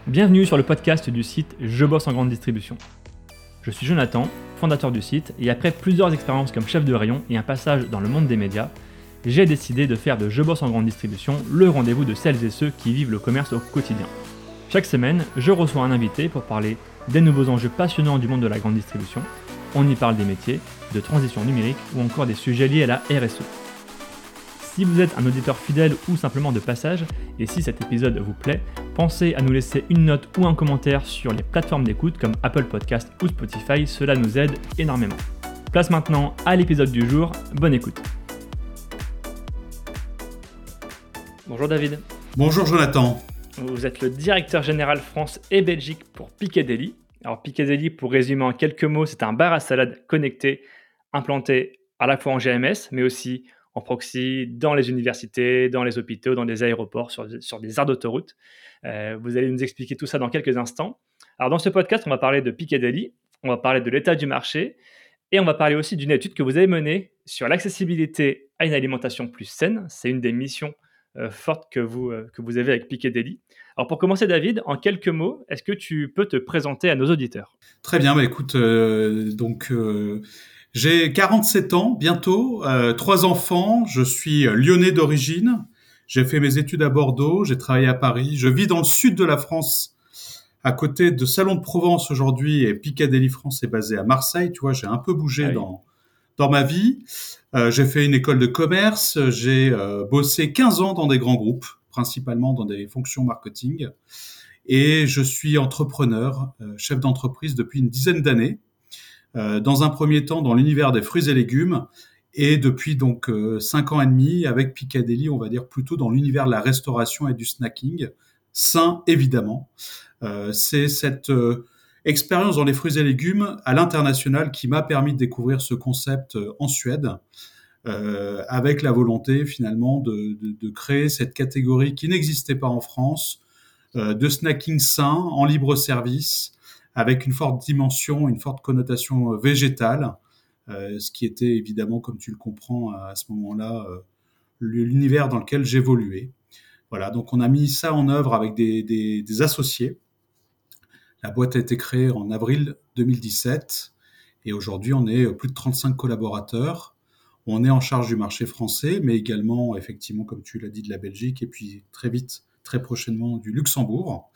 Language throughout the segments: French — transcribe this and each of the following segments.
Bienvenue sur le podcast du site Je bosse en grande distribution. Je suis Jonathan, fondateur du site, et après plusieurs expériences comme chef de rayon et un passage dans le monde des médias, j'ai décidé de faire de Je bosse en grande distribution le rendez-vous de celles et ceux qui vivent le commerce au quotidien. Chaque semaine, je reçois un invité pour parler des nouveaux enjeux passionnants du monde de la grande distribution. On y parle des métiers, de transition numérique ou encore des sujets liés à la RSE. Si vous êtes un auditeur fidèle ou simplement de passage, et si cet épisode vous plaît, pensez à nous laisser une note ou un commentaire sur les plateformes d'écoute comme Apple Podcast ou Spotify, cela nous aide énormément. Place maintenant à l'épisode du jour, bonne écoute. Bonjour David. Bonjour Jonathan. Vous êtes le directeur général France et Belgique pour Piccadilly. Alors Piccadilly, pour résumer en quelques mots, c'est un bar à salade connecté, implanté à la fois en GMS, mais aussi en proxy, dans les universités, dans les hôpitaux, dans des aéroports, sur des aires d'autoroute. Vous allez nous expliquer tout ça dans quelques instants. Alors dans ce podcast, on va parler de Piccadilly, on va parler de l'état du marché et on va parler aussi d'une étude que vous avez menée sur l'accessibilité à une alimentation plus saine. C'est une des missions fortes que vous avez avec Piccadilly. Alors pour commencer David, en quelques mots, est-ce que tu peux te présenter à nos auditeurs ? Très bien, écoute, j'ai 47 ans bientôt, 3 enfants, je suis lyonnais d'origine, j'ai fait mes études à Bordeaux, j'ai travaillé à Paris, je vis dans le sud de la France, à côté de Salon de Provence aujourd'hui, et Piccadilly France est basé à Marseille, tu vois, j'ai un peu bougé dans ma vie. J'ai fait une école de commerce, j'ai bossé 15 ans dans des grands groupes, principalement dans des fonctions marketing, et je suis entrepreneur, chef d'entreprise depuis une dizaine d'années. Dans un premier temps dans l'univers des fruits et légumes, et depuis donc 5 ans et demi avec Piccadilly, on va dire plutôt dans l'univers de la restauration et du snacking, sain évidemment. C'est cette expérience dans les fruits et légumes à l'international qui m'a permis de découvrir ce concept en Suède, avec la volonté finalement de créer cette catégorie qui n'existait pas en France, de snacking sain en libre service, avec une forte dimension, une forte connotation végétale, ce qui était évidemment, comme tu le comprends, à ce moment-là, l'univers dans lequel j'évoluais. Voilà, donc on a mis ça en œuvre avec des associés. La boîte a été créée en avril 2017 et aujourd'hui on est plus de 35 collaborateurs. On est en charge du marché français, mais également, effectivement, comme tu l'as dit, de la Belgique et puis très vite, très prochainement, du Luxembourg.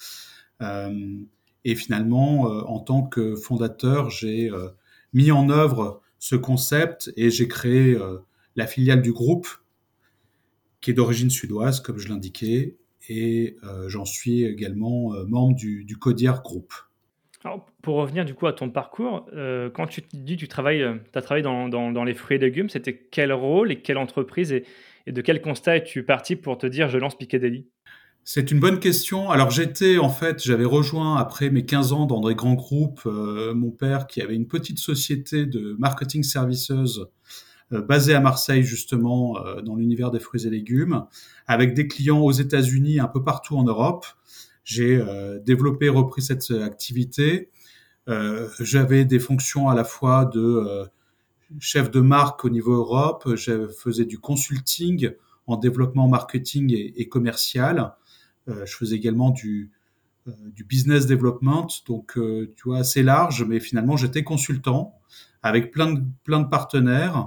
Et finalement, en tant que fondateur, j'ai mis en œuvre ce concept et j'ai créé la filiale du groupe qui est d'origine suédoise, comme je l'indiquais, et j'en suis également membre du Codier Group. Alors, pour revenir du coup à ton parcours, quand tu dis que tu as travaillé dans les fruits et légumes, c'était quel rôle et quelle entreprise et de quel constat es-tu parti pour te dire je lance Piccadilly ? C'est une bonne question. Alors j'avais rejoint après mes 15 ans dans des grands groupes, mon père qui avait une petite société de marketing services basée à Marseille justement, dans l'univers des fruits et légumes, avec des clients aux États-Unis, un peu partout en Europe. J'ai développé et repris cette activité. J'avais des fonctions à la fois de chef de marque au niveau Europe, je faisais du consulting en développement marketing et commercial. Je faisais également du business development, donc tu vois, assez large, mais finalement j'étais consultant avec plein de partenaires,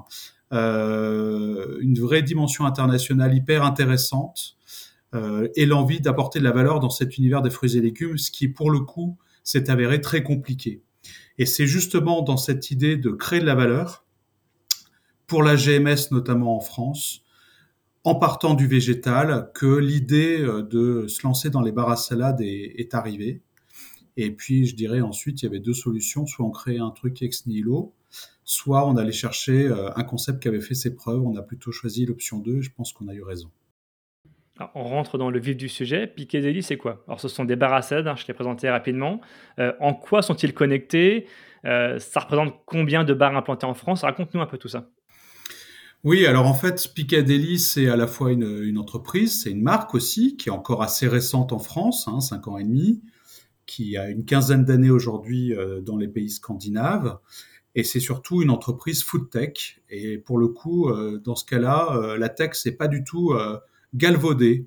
une vraie dimension internationale hyper intéressante, et l'envie d'apporter de la valeur dans cet univers des fruits et légumes, ce qui pour le coup s'est avéré très compliqué. Et c'est justement dans cette idée de créer de la valeur, pour la GMS notamment en France, en partant du végétal, que l'idée de se lancer dans les bars à salade est arrivée. Et puis, je dirais ensuite, il y avait 2 solutions. Soit on créait un truc ex nihilo, soit on allait chercher un concept qui avait fait ses preuves. On a plutôt choisi l'option 2. Je pense qu'on a eu raison. Alors, on rentre dans le vif du sujet. Piccadilly, c'est quoi ? Alors, ce sont des bars à salade, je l'ai présenté rapidement. En quoi sont-ils connectés ? Ça représente combien de bars implantés en France ? Raconte-nous un peu tout ça. Oui, alors en fait, Piccadilly, c'est à la fois une entreprise, c'est une marque aussi, qui est encore assez récente en France, 5 ans et demi, qui a une quinzaine d'années aujourd'hui dans les pays scandinaves. Et c'est surtout une entreprise food tech. Et pour le coup, dans ce cas-là, la tech, c'est pas du tout galvaudé.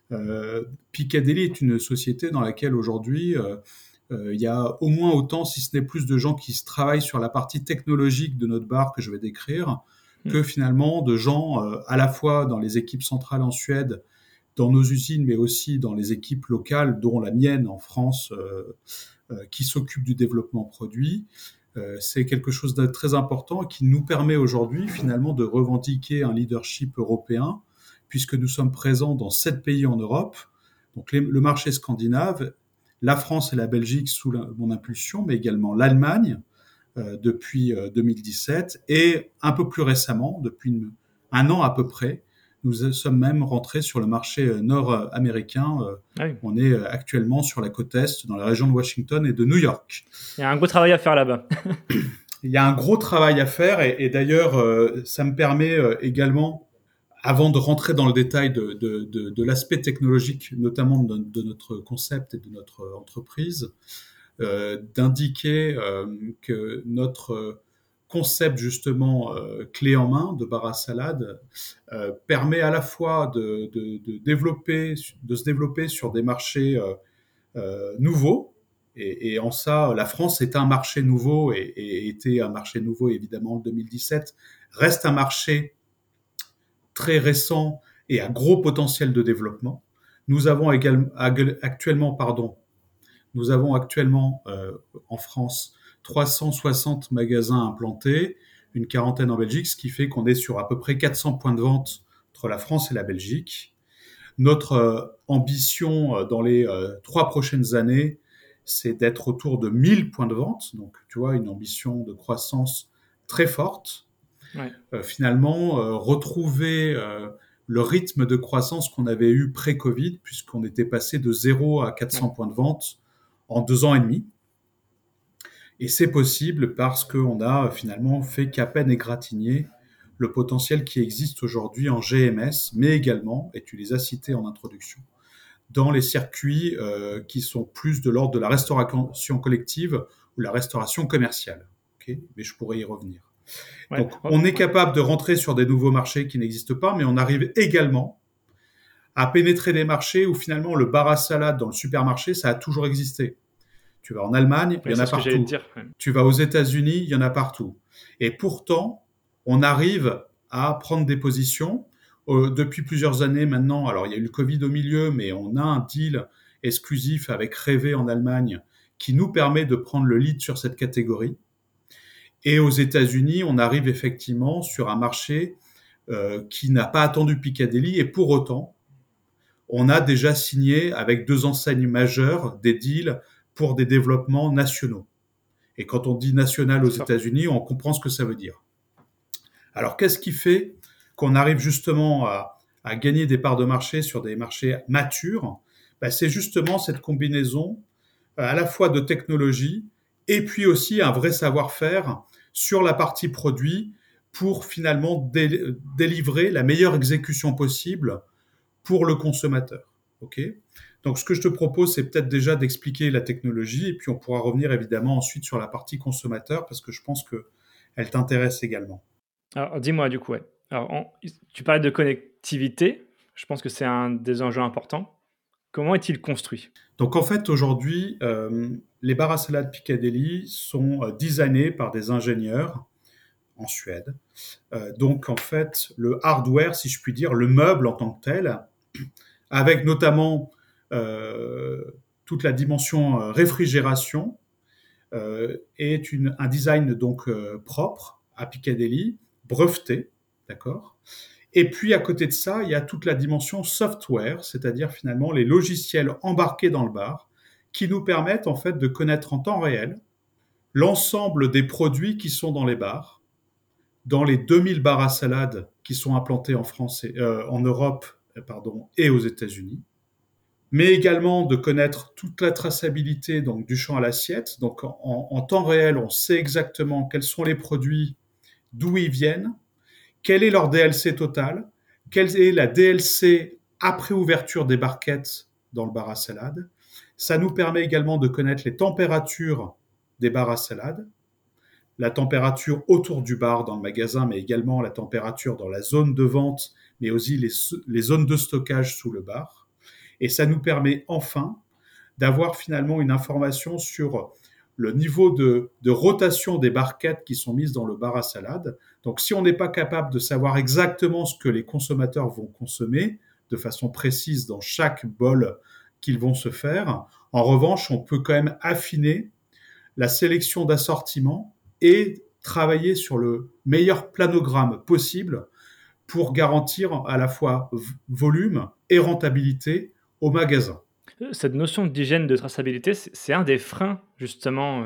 Piccadilly est une société dans laquelle aujourd'hui il y a au moins autant, si ce n'est plus, de gens qui travaillent sur la partie technologique de notre bar que je vais décrire, que finalement de gens à la fois dans les équipes centrales en Suède, dans nos usines, mais aussi dans les équipes locales, dont la mienne en France, qui s'occupent du développement produit. C'est quelque chose de très important qui nous permet aujourd'hui finalement de revendiquer un leadership européen, puisque nous sommes présents dans 7 pays en Europe, donc le marché scandinave, la France et la Belgique sous mon impulsion, mais également l'Allemagne depuis 2017, et un peu plus récemment, depuis un an à peu près, nous sommes même rentrés sur le marché nord-américain. Ah oui. On est actuellement sur la côte Est, dans la région de Washington et de New York. Il y a un gros travail à faire là-bas. Il y a un gros travail à faire et d'ailleurs, ça me permet également, avant de rentrer dans le détail de l'aspect technologique, notamment de notre concept et de notre entreprise, d'indiquer que notre concept justement clé en main de bar à salade permet à la fois de se développer sur des marchés nouveaux. Et en ça, la France est un marché nouveau et était un marché nouveau évidemment en 2017, reste un marché très récent et à gros potentiel de développement. Nous avons actuellement en France 360 magasins implantés, une quarantaine en Belgique, ce qui fait qu'on est sur à peu près 400 points de vente entre la France et la Belgique. Notre ambition dans les 3 prochaines années, c'est d'être autour de 1000 points de vente. Donc, tu vois, une ambition de croissance très forte. Ouais. Finalement, retrouver le rythme de croissance qu'on avait eu pré-Covid, puisqu'on était passé de 0 à 400 points de vente en 2 ans et demi. Et c'est possible parce qu'on a finalement fait qu'à peine égratigner le potentiel qui existe aujourd'hui en GMS, mais également, et tu les as cités en introduction, dans les circuits qui sont plus de l'ordre de la restauration collective ou la restauration commerciale. Okay, mais je pourrais y revenir. Ouais. Donc, on est capable de rentrer sur des nouveaux marchés qui n'existent pas, mais on arrive également à pénétrer des marchés où finalement le bar à salade dans le supermarché, ça a toujours existé. Tu vas en Allemagne, il y en a partout. Tu vas aux États-Unis, il y en a partout. Et pourtant, on arrive à prendre des positions depuis plusieurs années maintenant. Alors, il y a eu le Covid au milieu, mais on a un deal exclusif avec Rewe en Allemagne qui nous permet de prendre le lead sur cette catégorie. Et aux États-Unis, on arrive effectivement sur un marché qui n'a pas attendu Piccadilly. Et pour autant, on a déjà signé avec 2 enseignes majeures des deals pour des développements nationaux. Et quand on dit national aux États-Unis, on comprend ce que ça veut dire. Alors, qu'est-ce qui fait qu'on arrive justement à gagner des parts de marché sur des marchés matures ? C'est justement cette combinaison à la fois de technologie et puis aussi un vrai savoir-faire sur la partie produit pour finalement délivrer la meilleure exécution possible pour le consommateur. Okay ? Donc, ce que je te propose, c'est peut-être déjà d'expliquer la technologie et puis on pourra revenir évidemment ensuite sur la partie consommateur parce que je pense qu'elle t'intéresse également. Alors, dis-moi du coup, ouais. Alors, tu parlais de connectivité. Je pense que c'est un des enjeux importants. Comment est-il construit ? Donc, en fait, aujourd'hui, les bars à salade Piccadilly sont designés par des ingénieurs en Suède. Donc, en fait, le hardware, si je puis dire, le meuble en tant que tel, avec notamment toute la dimension réfrigération, est un design donc propre à Piccadilly, breveté, d'accord ? Et puis à côté de ça, il y a toute la dimension software, c'est-à-dire finalement les logiciels embarqués dans le bar, qui nous permettent en fait de connaître en temps réel l'ensemble des produits qui sont dans les bars, dans les 2000 bars à salade qui sont implantés en France en Europe, et aux États-Unis, mais également de connaître toute la traçabilité donc, du champ à l'assiette. Donc en temps réel, on sait exactement quels sont les produits, d'où ils viennent, quel est leur DLC total, quelle est la DLC après ouverture des barquettes dans le bar à salade. Ça nous permet également de connaître les températures des bars à salade, la température autour du bar dans le magasin, mais également la température dans la zone de vente, mais aussi les zones de stockage sous le bar. Et ça nous permet enfin d'avoir finalement une information sur le niveau de rotation des barquettes qui sont mises dans le bar à salade. Donc, si on n'est pas capable de savoir exactement ce que les consommateurs vont consommer de façon précise dans chaque bol qu'ils vont se faire, en revanche, on peut quand même affiner la sélection d'assortiments et travailler sur le meilleur planogramme possible pour garantir à la fois volume et rentabilité au magasin. Cette notion d'hygiène, de traçabilité, c'est un des freins justement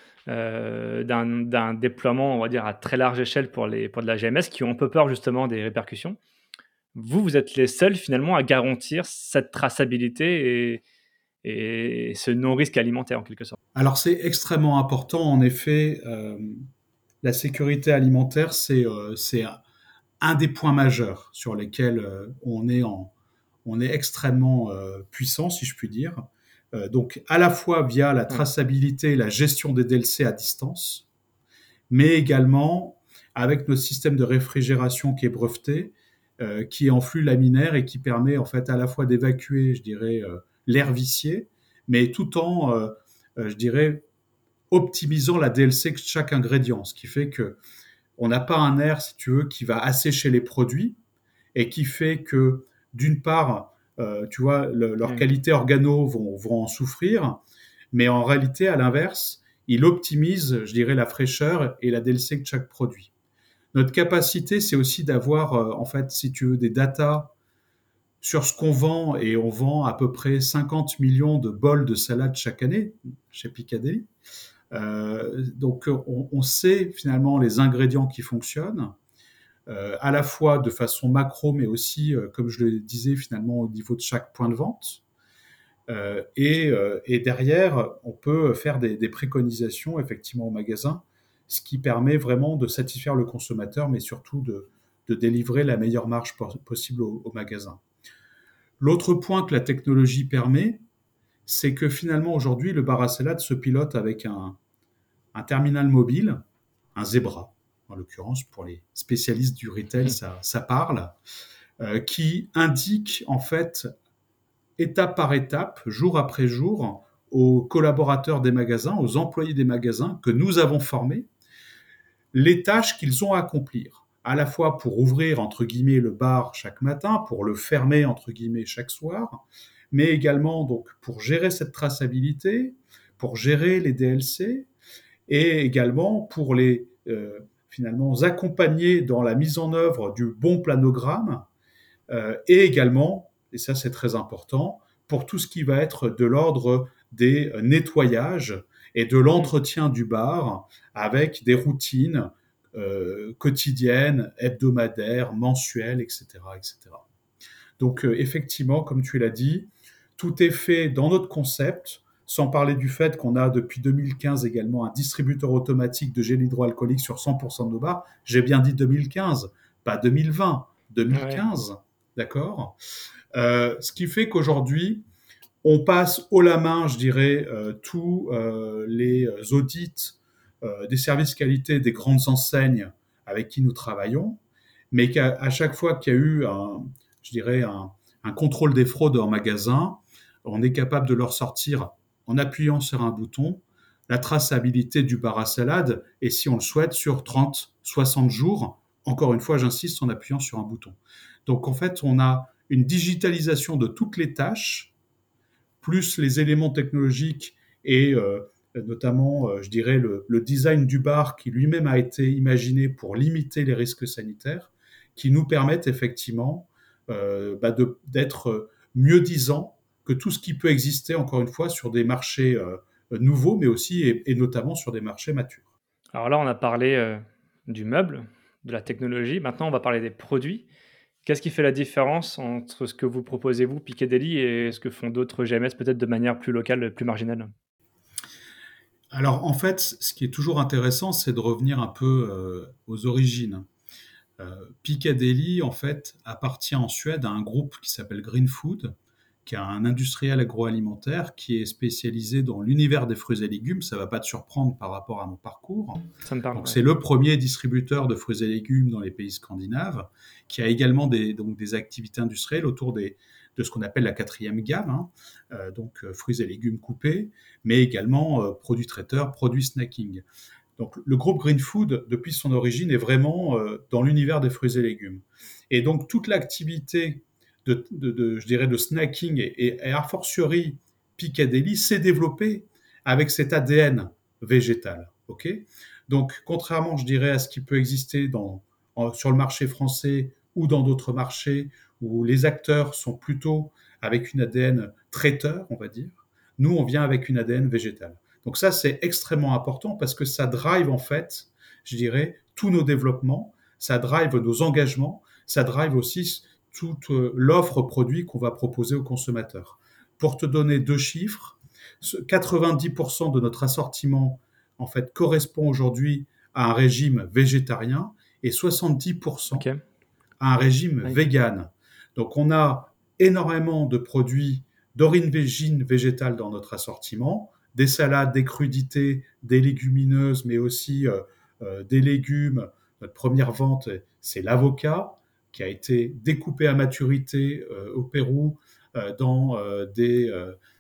d'un déploiement, on va dire, à très large échelle pour de la GMS qui ont un peu peur justement des répercussions. Vous êtes les seuls finalement à garantir cette traçabilité et ce non-risque alimentaire en quelque sorte. Alors c'est extrêmement important, en effet, la sécurité alimentaire, c'est un des points majeurs sur lesquels on est extrêmement puissant, si je puis dire. Donc à la fois via la traçabilité, la gestion des DLC à distance, mais également avec notre système de réfrigération qui est breveté, qui est en flux laminaire et qui permet en fait à la fois d'évacuer, je dirais, l'air vicié, mais tout en, je dirais, optimisant la DLC de chaque ingrédient, ce qui fait que on n'a pas un air, si tu veux, qui va assécher les produits et qui fait que, d'une part, tu vois, leurs qualités organo vont en souffrir, mais en réalité, à l'inverse, il optimise, je dirais, la fraîcheur et la DLC de chaque produit. Notre capacité, c'est aussi d'avoir, en fait, si tu veux, des datas sur ce qu'on vend, et on vend à peu près 50 millions de bols de salade chaque année chez Piccadilly. Donc, on sait finalement les ingrédients qui fonctionnent, à la fois de façon macro, mais aussi, comme je le disais, finalement au niveau de chaque point de vente. Et derrière, on peut faire des préconisations effectivement au magasin, ce qui permet vraiment de satisfaire le consommateur, mais surtout de délivrer la meilleure marge possible au magasin. L'autre point que la technologie permet, c'est que finalement aujourd'hui, le bar à salade se pilote avec un terminal mobile, un Zebra, en l'occurrence pour les spécialistes du retail, ça parle, qui indique en fait étape par étape, jour après jour, aux collaborateurs des magasins, aux employés des magasins que nous avons formés, les tâches qu'ils ont à accomplir, à la fois pour ouvrir, entre guillemets, le bar chaque matin, pour le fermer, entre guillemets, chaque soir, mais également donc pour gérer cette traçabilité, pour gérer les DLC, et également pour les finalement accompagner dans la mise en œuvre du bon planogramme, et également, et ça c'est très important, pour tout ce qui va être de l'ordre des nettoyages et de l'entretien du bar avec des routines quotidiennes, hebdomadaires, mensuelles, etc. etc. Donc effectivement, comme tu l'as dit, tout est fait dans notre concept, sans parler du fait qu'on a depuis 2015 également un distributeur automatique de gel hydroalcoolique sur 100% de nos bars. J'ai bien dit 2015, pas 2020, 2015, ouais. D'accord. Ce qui fait qu'aujourd'hui, on passe haut la main, je dirais, tous les audits des services qualité des grandes enseignes avec qui nous travaillons, mais qu'à chaque fois qu'il y a eu, je dirais, un contrôle des fraudes en magasin, on est capable de leur sortir, en appuyant sur un bouton, la traçabilité du bar à salade, et si on le souhaite, sur 30, 60 jours, encore une fois, j'insiste, en appuyant sur un bouton. Donc en fait, on a une digitalisation de toutes les tâches, plus les éléments technologiques et notamment, je dirais, le design du bar qui lui-même a été imaginé pour limiter les risques sanitaires, qui nous permettent effectivement d'être mieux-disants que tout ce qui peut exister, encore une fois, sur des marchés nouveaux, mais aussi et notamment sur des marchés matures. Alors là, on a parlé du meuble, de la technologie. Maintenant, on va parler des produits. Qu'est-ce qui fait la différence entre ce que vous proposez, vous, Piccadilly, et ce que font d'autres GMS, peut-être de manière plus locale, plus marginale? Alors, en fait, ce qui est toujours intéressant, c'est de revenir un peu aux origines. Piccadilly, en fait, appartient en Suède à un groupe qui s'appelle Green Food, qui est un industriel agroalimentaire qui est spécialisé dans l'univers des fruits et légumes. Ça ne va pas te surprendre par rapport à mon parcours. Ça me parle. Donc, c'est le premier distributeur de fruits et légumes dans les pays scandinaves, qui a également des activités industrielles autour des de ce qu'on appelle la quatrième gamme, donc fruits et légumes coupés, mais également produits traiteurs, produits snacking. Donc le groupe Green Food, depuis son origine, est vraiment dans l'univers des fruits et légumes. Et donc toute l'activité je dirais de snacking et a fortiori Piccadilly s'est développée avec cet ADN végétal. Ok. Donc contrairement, je dirais, à ce qui peut exister sur le marché français ou dans d'autres marchés où les acteurs sont plutôt avec une ADN traiteur, on va dire, nous on vient avec une ADN végétale. Donc ça, c'est extrêmement important parce que ça drive, en fait, je dirais, tous nos développements, ça drive nos engagements, ça drive aussi toute l'offre produit qu'on va proposer aux consommateurs. Pour te donner deux chiffres, 90% de notre assortiment, en fait, correspond aujourd'hui à un régime végétarien et 70% à un régime vegan. Donc, on a énormément de produits d'origine végétale dans notre assortiment, des salades, des crudités, des légumineuses, mais aussi des légumes. Notre première vente, c'est l'avocat, qui a été découpé à maturité au Pérou dans des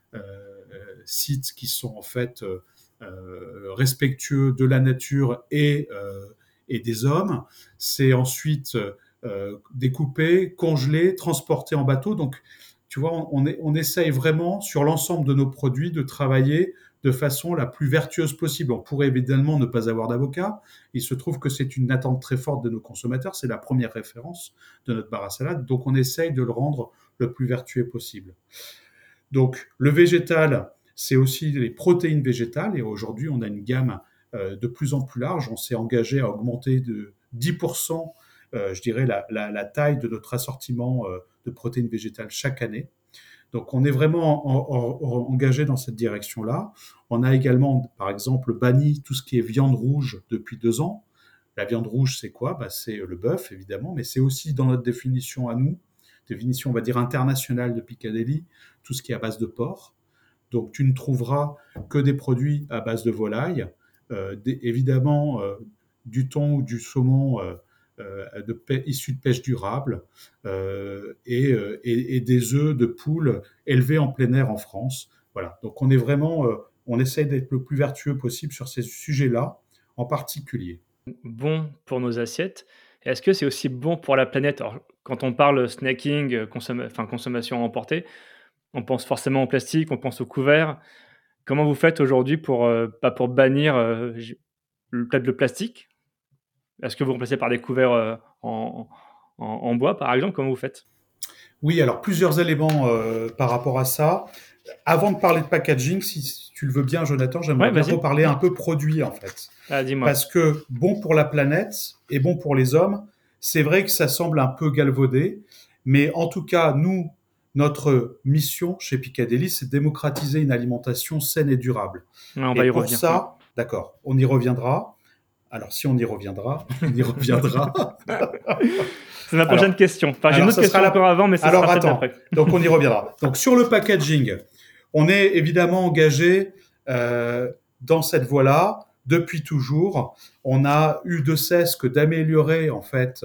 sites qui sont en fait respectueux de la nature et des hommes. C'est ensuite découpé, congelé, transporté en bateau. Donc, tu vois, on essaye vraiment sur l'ensemble de nos produits de travailler de façon la plus vertueuse possible. On pourrait évidemment ne pas avoir d'avocat. Il se trouve que c'est une attente très forte de nos consommateurs. C'est la première référence de notre bar à salade. Donc, on essaye de le rendre le plus vertueux possible. Donc, le végétal, c'est aussi les protéines végétales. Et aujourd'hui, on a une gamme de plus en plus large. On s'est engagé à augmenter de 10%, je dirais, la taille de notre assortiment de protéines végétales chaque année. Donc, on est vraiment engagé dans cette direction-là. On a également, par exemple, banni tout ce qui est viande rouge depuis 2 ans. La viande rouge, c'est quoi ? C'est le bœuf, évidemment, mais c'est aussi dans notre définition à nous, définition, on va dire, internationale de Piccadilly, tout ce qui est à base de porc. Donc, tu ne trouveras que des produits à base de volaille, évidemment du thon ou du saumon issus de pêche durable et des œufs de poule élevés en plein air en France. Voilà. Donc, on est vraiment, on essaie d'être le plus vertueux possible sur ces sujets-là, en particulier. Bon pour nos assiettes. Est-ce que c'est aussi bon pour la planète? Alors, quand on parle snacking, consommation à emporter, on pense forcément au plastique, on pense aux couverts. Comment vous faites aujourd'hui pour bannir, peut-être le plastique? Est-ce que vous remplacez par des couverts, en bois, par exemple? Comment vous faites? Oui, alors plusieurs éléments par rapport à ça. Avant de parler de packaging, si tu le veux bien, Jonathan, j'aimerais Ouais, bien vas-y. reparler un peu produit, en fait. Ah, dis-moi. Parce que bon pour la planète et bon pour les hommes, c'est vrai que ça semble un peu galvaudé, mais en tout cas, nous, notre mission chez Piccadilly, c'est de démocratiser une alimentation saine et durable. Ouais, on Et va y pour revenir. Ouais. ça, d'accord, on y reviendra. Alors, si on y reviendra, on y reviendra. C'est ma prochaine question. Enfin, j'ai une autre question encore avant, mais ça sera peut-être après. Donc, on y reviendra. Donc, sur le packaging, on est évidemment engagé dans cette voie-là depuis toujours. On a eu de cesse que d'améliorer en fait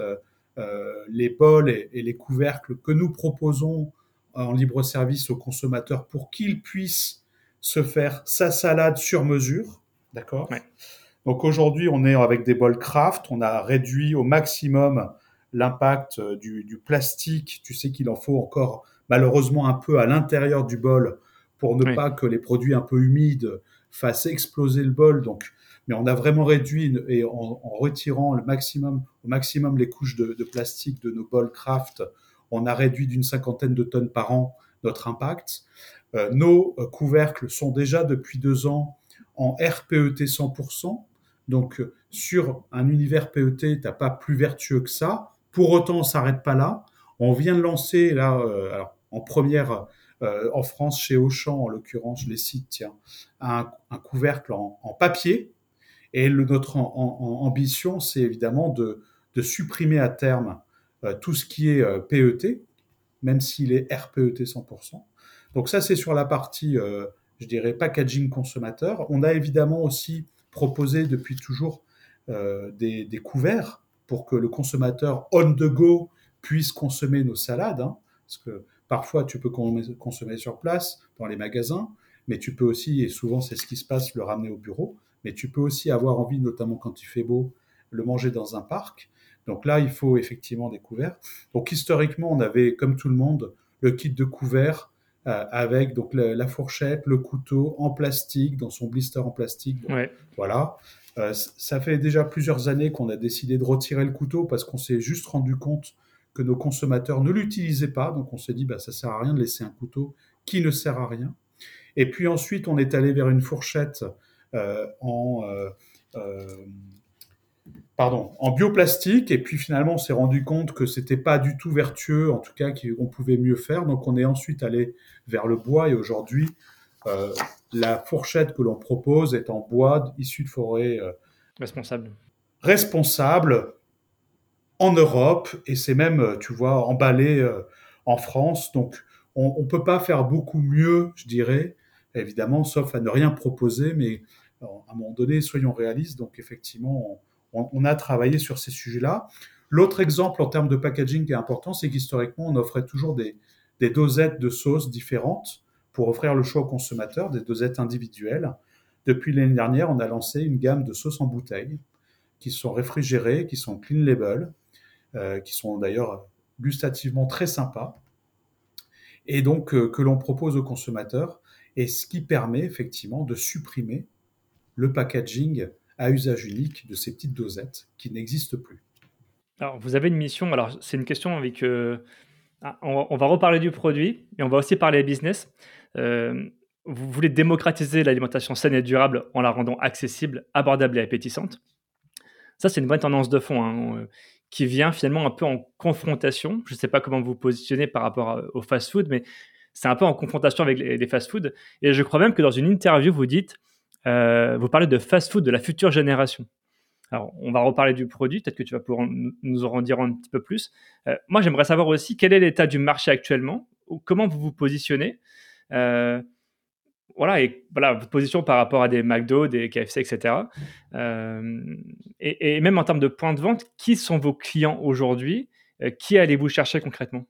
les bols et les couvercles que nous proposons en libre service aux consommateurs pour qu'ils puissent se faire sa salade sur mesure. D'accord ? Ouais. Donc aujourd'hui, on est avec des bols craft. On a réduit au maximum l'impact du plastique. Tu sais qu'il en faut encore malheureusement un peu à l'intérieur du bol pour ne pas que les produits un peu humides fassent exploser le bol. Donc, mais on a vraiment réduit et en retirant au maximum les couches de plastique de nos bols craft, on a réduit d'une 50aine de tonnes par an notre impact. Nos couvercles sont déjà depuis 2 ans en RPET 100%. Donc, sur un univers PET, tu n'as pas plus vertueux que ça. Pour autant, on ne s'arrête pas là. On vient de lancer, là, alors, en première en France, chez Auchan, en l'occurrence, je les cite, tiens, un couvercle en papier. Et notre ambition, c'est évidemment de supprimer à terme tout ce qui est PET, même s'il est RPET 100%. Donc ça, c'est sur la partie, je dirais, packaging consommateur. On a évidemment aussi proposé depuis toujours des couverts pour que le consommateur on the go puisse consommer nos salades. Parce que Parfois, tu peux consommer sur place, dans les magasins, mais tu peux aussi, et souvent c'est ce qui se passe, le ramener au bureau. Mais tu peux aussi avoir envie, notamment quand il fait beau, le manger dans un parc. Donc là, il faut effectivement des couverts. Donc historiquement, on avait, comme tout le monde, le kit de couverts avec donc la fourchette, le couteau en plastique, dans son blister en plastique. Donc, Ouais. voilà. Ça fait déjà plusieurs années qu'on a décidé de retirer le couteau parce qu'on s'est juste rendu compte que nos consommateurs ne l'utilisaient pas. Donc on s'est dit, bah, ça sert à rien de laisser un couteau qui ne sert à rien. Et puis ensuite, on est allé vers une fourchette euh, en, euh, euh, en bioplastique. Et puis finalement, on s'est rendu compte que c'était pas du tout vertueux, en tout cas qu'on pouvait mieux faire. Donc on est ensuite allé vers le bois. Et aujourd'hui, euh, la fourchette que l'on propose est en bois issu de forêt Responsable. responsable en Europe. Et c'est même, tu vois, emballé en France. Donc on ne peut pas faire beaucoup mieux, je dirais, évidemment, sauf à ne rien proposer. Mais à un moment donné, soyons réalistes. Donc effectivement, on a travaillé sur ces sujets-là. L'autre exemple en termes de packaging qui est important, c'est qu'historiquement, on offrait toujours des dosettes de sauces différentes pour offrir le choix aux consommateurs, des dosettes individuelles. Depuis l'année dernière, on a lancé une gamme de sauces en bouteille qui sont réfrigérées, qui sont clean label, qui sont d'ailleurs gustativement très sympas, et donc que l'on propose aux consommateurs, et ce qui permet effectivement de supprimer le packaging à usage unique de ces petites dosettes qui n'existent plus. Alors, vous avez une mission. Alors, c'est une question avec. On va reparler du produit, et on va aussi parler business. Vous voulez démocratiser l'alimentation saine et durable en la rendant accessible, abordable et appétissante. Ça, c'est une vraie tendance de fond, hein, qui vient finalement un peu en confrontation. Je ne sais pas comment vous vous positionnez par rapport au fast-food, mais c'est un peu en confrontation avec les fast-food. Et je crois même que dans une interview, vous dites, vous parlez de fast-food de la future génération. Alors, on va reparler du produit, peut-être que tu vas pouvoir nous en dire un petit peu plus. Moi, j'aimerais savoir aussi quel est l'état du marché actuellement, comment vous vous positionnez, euh, voilà, et voilà, votre position par rapport à des McDo, des KFC, etc. Et même en termes de points de vente, qui sont vos clients aujourd'hui? Qui allez-vous chercher concrètement?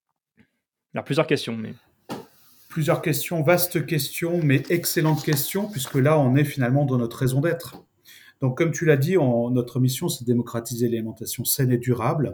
Alors, plusieurs questions, mais Plusieurs questions, vaste question, mais excellente question, puisque là, on est finalement dans notre raison d'être. Donc, comme tu l'as dit, notre mission, c'est de démocratiser l'alimentation saine et durable.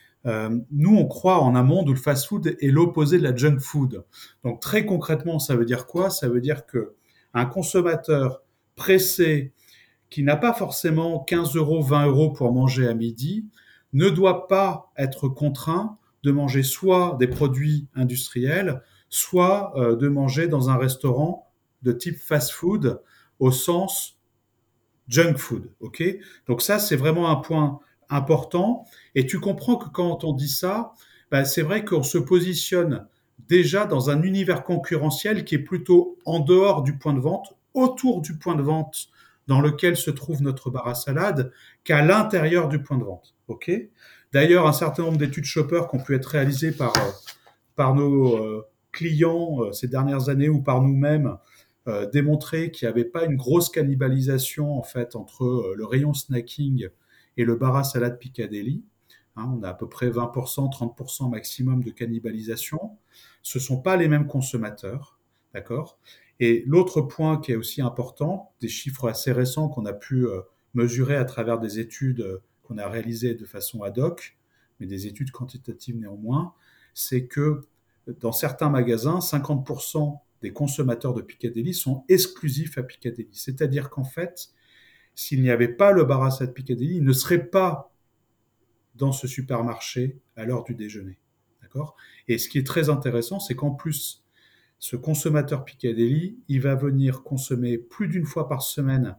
Nous, on croit en un monde où le fast-food est l'opposé de la junk food. Donc, très concrètement, ça veut dire quoi? Ça veut dire que un consommateur pressé qui n'a pas forcément 15 euros, 20 euros pour manger à midi ne doit pas être contraint de manger soit des produits industriels, soit de manger dans un restaurant de type fast-food au sens junk food. Ok. Donc ça, c'est vraiment un point important. Et tu comprends que quand on dit ça, bah, c'est vrai qu'on se positionne déjà dans un univers concurrentiel qui est plutôt en dehors du point de vente, autour du point de vente dans lequel se trouve notre bar à salade, qu'à l'intérieur du point de vente. Ok. D'ailleurs, un certain nombre d'études shopper qui ont pu être réalisées par nos clients ces dernières années ou par nous-mêmes démontré qu'il n'y avait pas une grosse cannibalisation en fait entre le rayon snacking et le bar à salade Piccadilly. Hein, on a à peu près 20%, 30% maximum de cannibalisation. Ce ne sont pas les mêmes consommateurs, d'accord. Et l'autre point qui est aussi important, des chiffres assez récents qu'on a pu mesurer à travers des études qu'on a réalisées de façon ad hoc, mais des études quantitatives néanmoins, c'est que dans certains magasins, 50% des consommateurs de Piccadilly sont exclusifs à Piccadilly. C'est-à-dire qu'en fait, s'il n'y avait pas le bar à salade Piccadilly, ils ne seraient pas dans ce supermarché à l'heure du déjeuner. D'accord. Et ce qui est très intéressant, c'est qu'en plus, ce consommateur Piccadilly, il va venir consommer plus d'une fois par semaine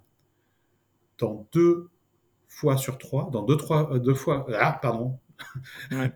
dans 2 fois sur 3, dans deux fois, pardon, ouais.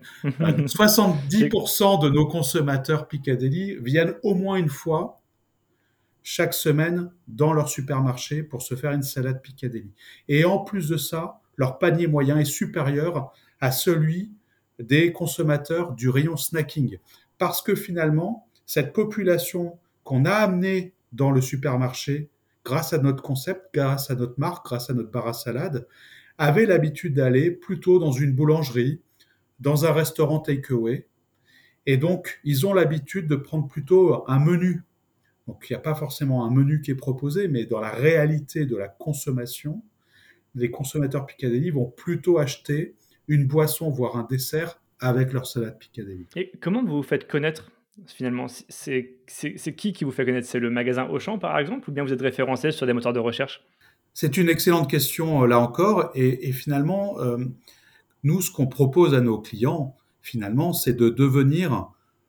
70% de nos consommateurs Piccadilly viennent au moins une fois chaque semaine dans leur supermarché pour se faire une salade Piccadilly. Et en plus de ça, leur panier moyen est supérieur à celui des consommateurs du rayon snacking. Parce que finalement, cette population qu'on a amenée dans le supermarché, grâce à notre concept, grâce à notre marque, grâce à notre bar à salade, avait l'habitude d'aller plutôt dans une boulangerie, dans un restaurant takeaway, Et donc, ils ont l'habitude de prendre plutôt un menu. Donc, il n'y a pas forcément un menu qui est proposé, mais dans la réalité de la consommation, les consommateurs Piccadilly vont plutôt acheter une boisson, voire un dessert avec leur salade Piccadilly. Et comment vous vous faites connaître finalement? C'est qui vous fait connaître? C'est le magasin Auchan par exemple ou bien vous êtes référencé sur des moteurs de recherche? C'est une excellente question, là encore, et finalement, nous, ce qu'on propose à nos clients, finalement, c'est de devenir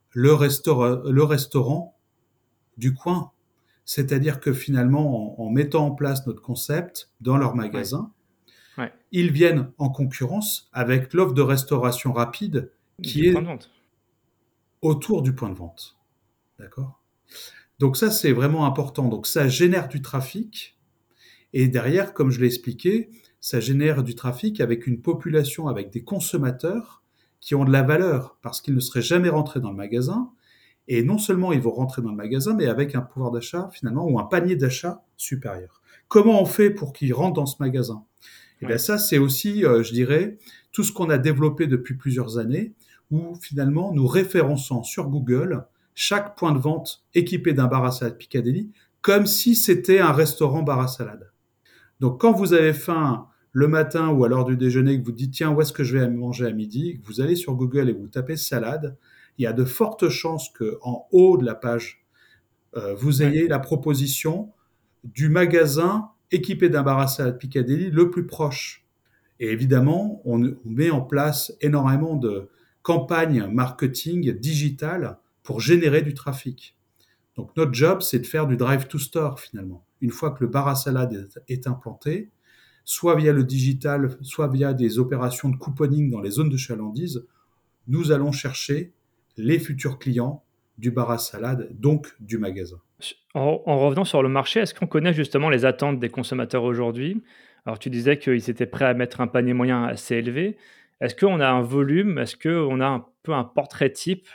le restaurant du coin. C'est-à-dire que finalement, en mettant en place notre concept dans leur Ouais, magasin, ouais, ils viennent en concurrence avec l'offre de restauration rapide du qui point de est vente. autour du point de vente. D'accord? Donc ça, c'est vraiment important. Donc ça génère du trafic. Et derrière, comme je l'ai expliqué, ça génère du trafic avec une population, avec des consommateurs qui ont de la valeur parce qu'ils ne seraient jamais rentrés dans le magasin. Et non seulement ils vont rentrer dans le magasin, mais avec un pouvoir d'achat finalement ou un panier d'achat supérieur. Comment on fait pour qu'ils rentrent dans ce magasin? Et bien Ouais. ça, c'est aussi, je dirais, tout ce qu'on a développé depuis plusieurs années, où finalement nous référençons sur Google chaque point de vente équipé d'un bar à salade Piccadilly, comme si c'était un restaurant bar à salade. Donc quand vous avez faim le matin ou à l'heure du déjeuner, que vous dites tiens, où est-ce que je vais manger à midi, que vous allez sur Google et vous tapez salade, il y a de fortes chances qu'en haut de la page, vous Ouais. ayez la proposition du magasin équipé d'un bar à salade Piccadilly le plus proche. Et évidemment, on met en place énormément de campagnes marketing digitales pour générer du trafic. Donc notre job, c'est de faire du drive to store finalement. Une fois que le bar à salade est implanté, soit via le digital, soit via des opérations de couponing dans les zones de chalandise, nous allons chercher les futurs clients du bar à salade, donc du magasin. En revenant sur le marché, est-ce qu'on connaît justement les attentes des consommateurs aujourd'hui? Alors tu disais qu'ils étaient prêts à mettre un panier moyen assez élevé. Est-ce qu'on a un volume? Est-ce qu'on a un peu un portrait type,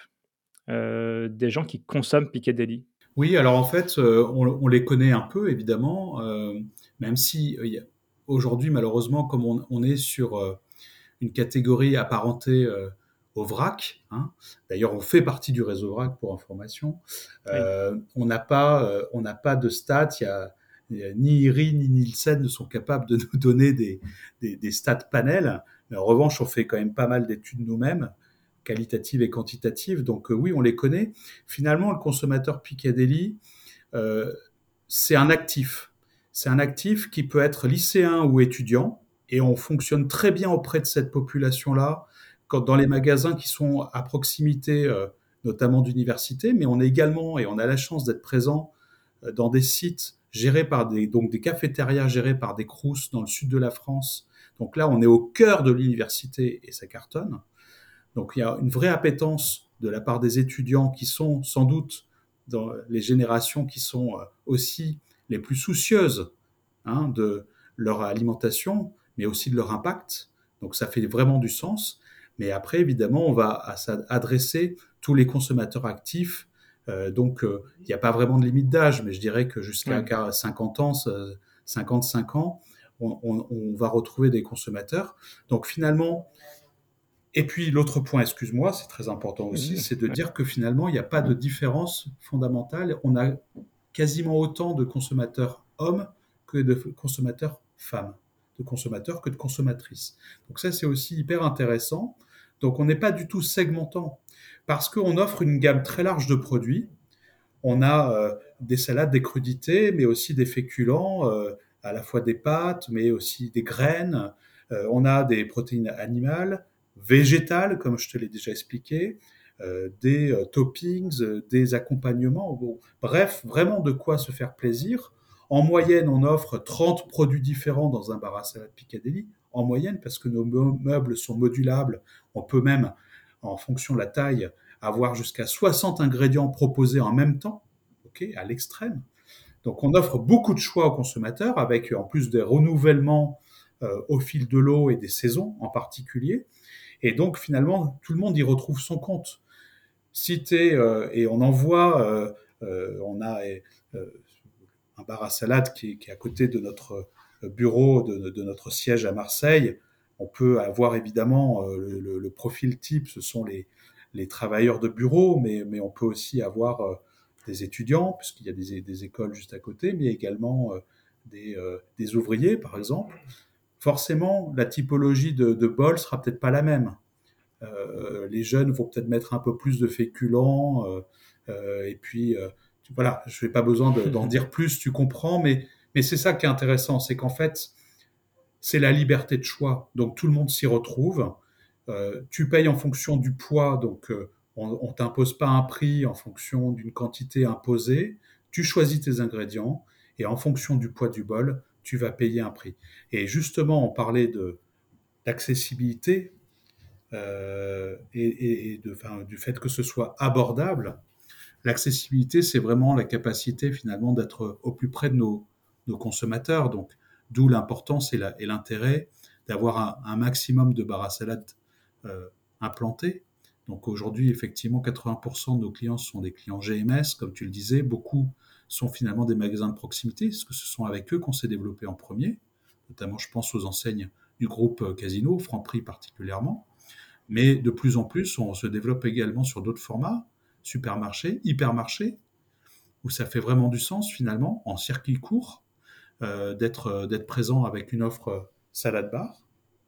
des gens qui consomment Piccadilly? Oui, alors en fait, on les connaît un peu évidemment, même si aujourd'hui malheureusement comme on est sur une catégorie apparentée au vrac, hein. D'ailleurs, on fait partie du réseau vrac pour information. Oui, On n'a pas de stats. Ni IRI ni Nielsen ne sont capables de nous donner des stats panels. Mais en revanche, on fait quand même pas mal d'études nous-mêmes, qualitatives et quantitatives. Donc oui, on les connaît. Finalement, le consommateur Piccadilly, euh, c'est un actif. C'est un actif qui peut être lycéen ou étudiant, et on fonctionne très bien auprès de cette population-là, quand dans les magasins qui sont à proximité, notamment d'universités, mais on est également, et on a la chance d'être présent dans des sites gérés par donc des cafétérias gérées par des crous dans le sud de la France. Donc là, on est au cœur de l'université et ça cartonne. Donc il y a une vraie appétence de la part des étudiants qui sont sans doute dans les générations qui sont aussi les plus soucieuses, hein, de leur alimentation, mais aussi de leur impact. Donc ça fait vraiment du sens. Mais après, évidemment, on va adresser tous les consommateurs actifs. Il n'y a pas vraiment de limite d'âge, mais je dirais que jusqu'à oui. 50 ans, 55 ans, on va retrouver des consommateurs. Donc finalement, et puis l'autre point, excuse-moi, c'est très important aussi, Mmh, c'est de ouais. dire que finalement, il n'y a pas de différence fondamentale. On a quasiment autant de consommateurs hommes que de consommateurs femmes, de consommateurs que de consommatrices. Donc ça, c'est aussi hyper intéressant. Donc on n'est pas du tout segmentant parce qu'on offre une gamme très large de produits. On a des salades, des crudités, mais aussi des féculents, à la fois des pâtes, mais aussi des graines. On a des protéines animales, végétales, comme je te l'ai déjà expliqué, des toppings, des accompagnements. Bon, bref, vraiment de quoi se faire plaisir. En moyenne, on offre 30 produits différents dans un bar à salade Piccadilly. En moyenne, parce que nos meubles sont modulables, on peut même, en fonction de la taille, avoir jusqu'à 60 ingrédients proposés en même temps, ok, à l'extrême. Donc on offre beaucoup de choix aux consommateurs, avec en plus des renouvellements au fil de l'eau et des saisons en particulier. Et donc finalement, tout le monde y retrouve son compte. Cité, et on en voit, on a un bar à salade qui est à côté de notre bureau, de notre siège à Marseille. On peut avoir évidemment le profil type, ce sont les travailleurs de bureau, mais on peut aussi avoir des étudiants, puisqu'il y a des écoles juste à côté, mais également des ouvriers, par exemple. Forcément, la typologie de bol sera peut-être pas la même. Les jeunes vont peut-être mettre un peu plus de féculents, et puis voilà, je n'ai pas besoin d'en dire plus, tu comprends, mais c'est ça qui est intéressant, c'est qu'en fait, c'est la liberté de choix. Donc tout le monde s'y retrouve. Tu payes en fonction du poids, donc on t'impose pas un prix en fonction d'une quantité imposée. Tu choisis tes ingrédients et en fonction du poids du bol, tu vas payer un prix. Et justement, on parlait d'accessibilité du fait que ce soit abordable. L'accessibilité, c'est vraiment la capacité finalement d'être au plus près de nos consommateurs. Donc, d'où l'importance et l'intérêt d'avoir un maximum de bars à salade implantés. Donc aujourd'hui, effectivement, 80% de nos clients sont des clients GMS, comme tu le disais. Beaucoup sont finalement des magasins de proximité, parce que ce sont avec eux qu'on s'est développé en premier. Notamment, je pense aux enseignes du groupe Casino, Franprix particulièrement. Mais de plus en plus, on se développe également sur d'autres formats, supermarchés, hypermarchés, où ça fait vraiment du sens finalement, en circuit court, d'être présent avec une offre salade bar.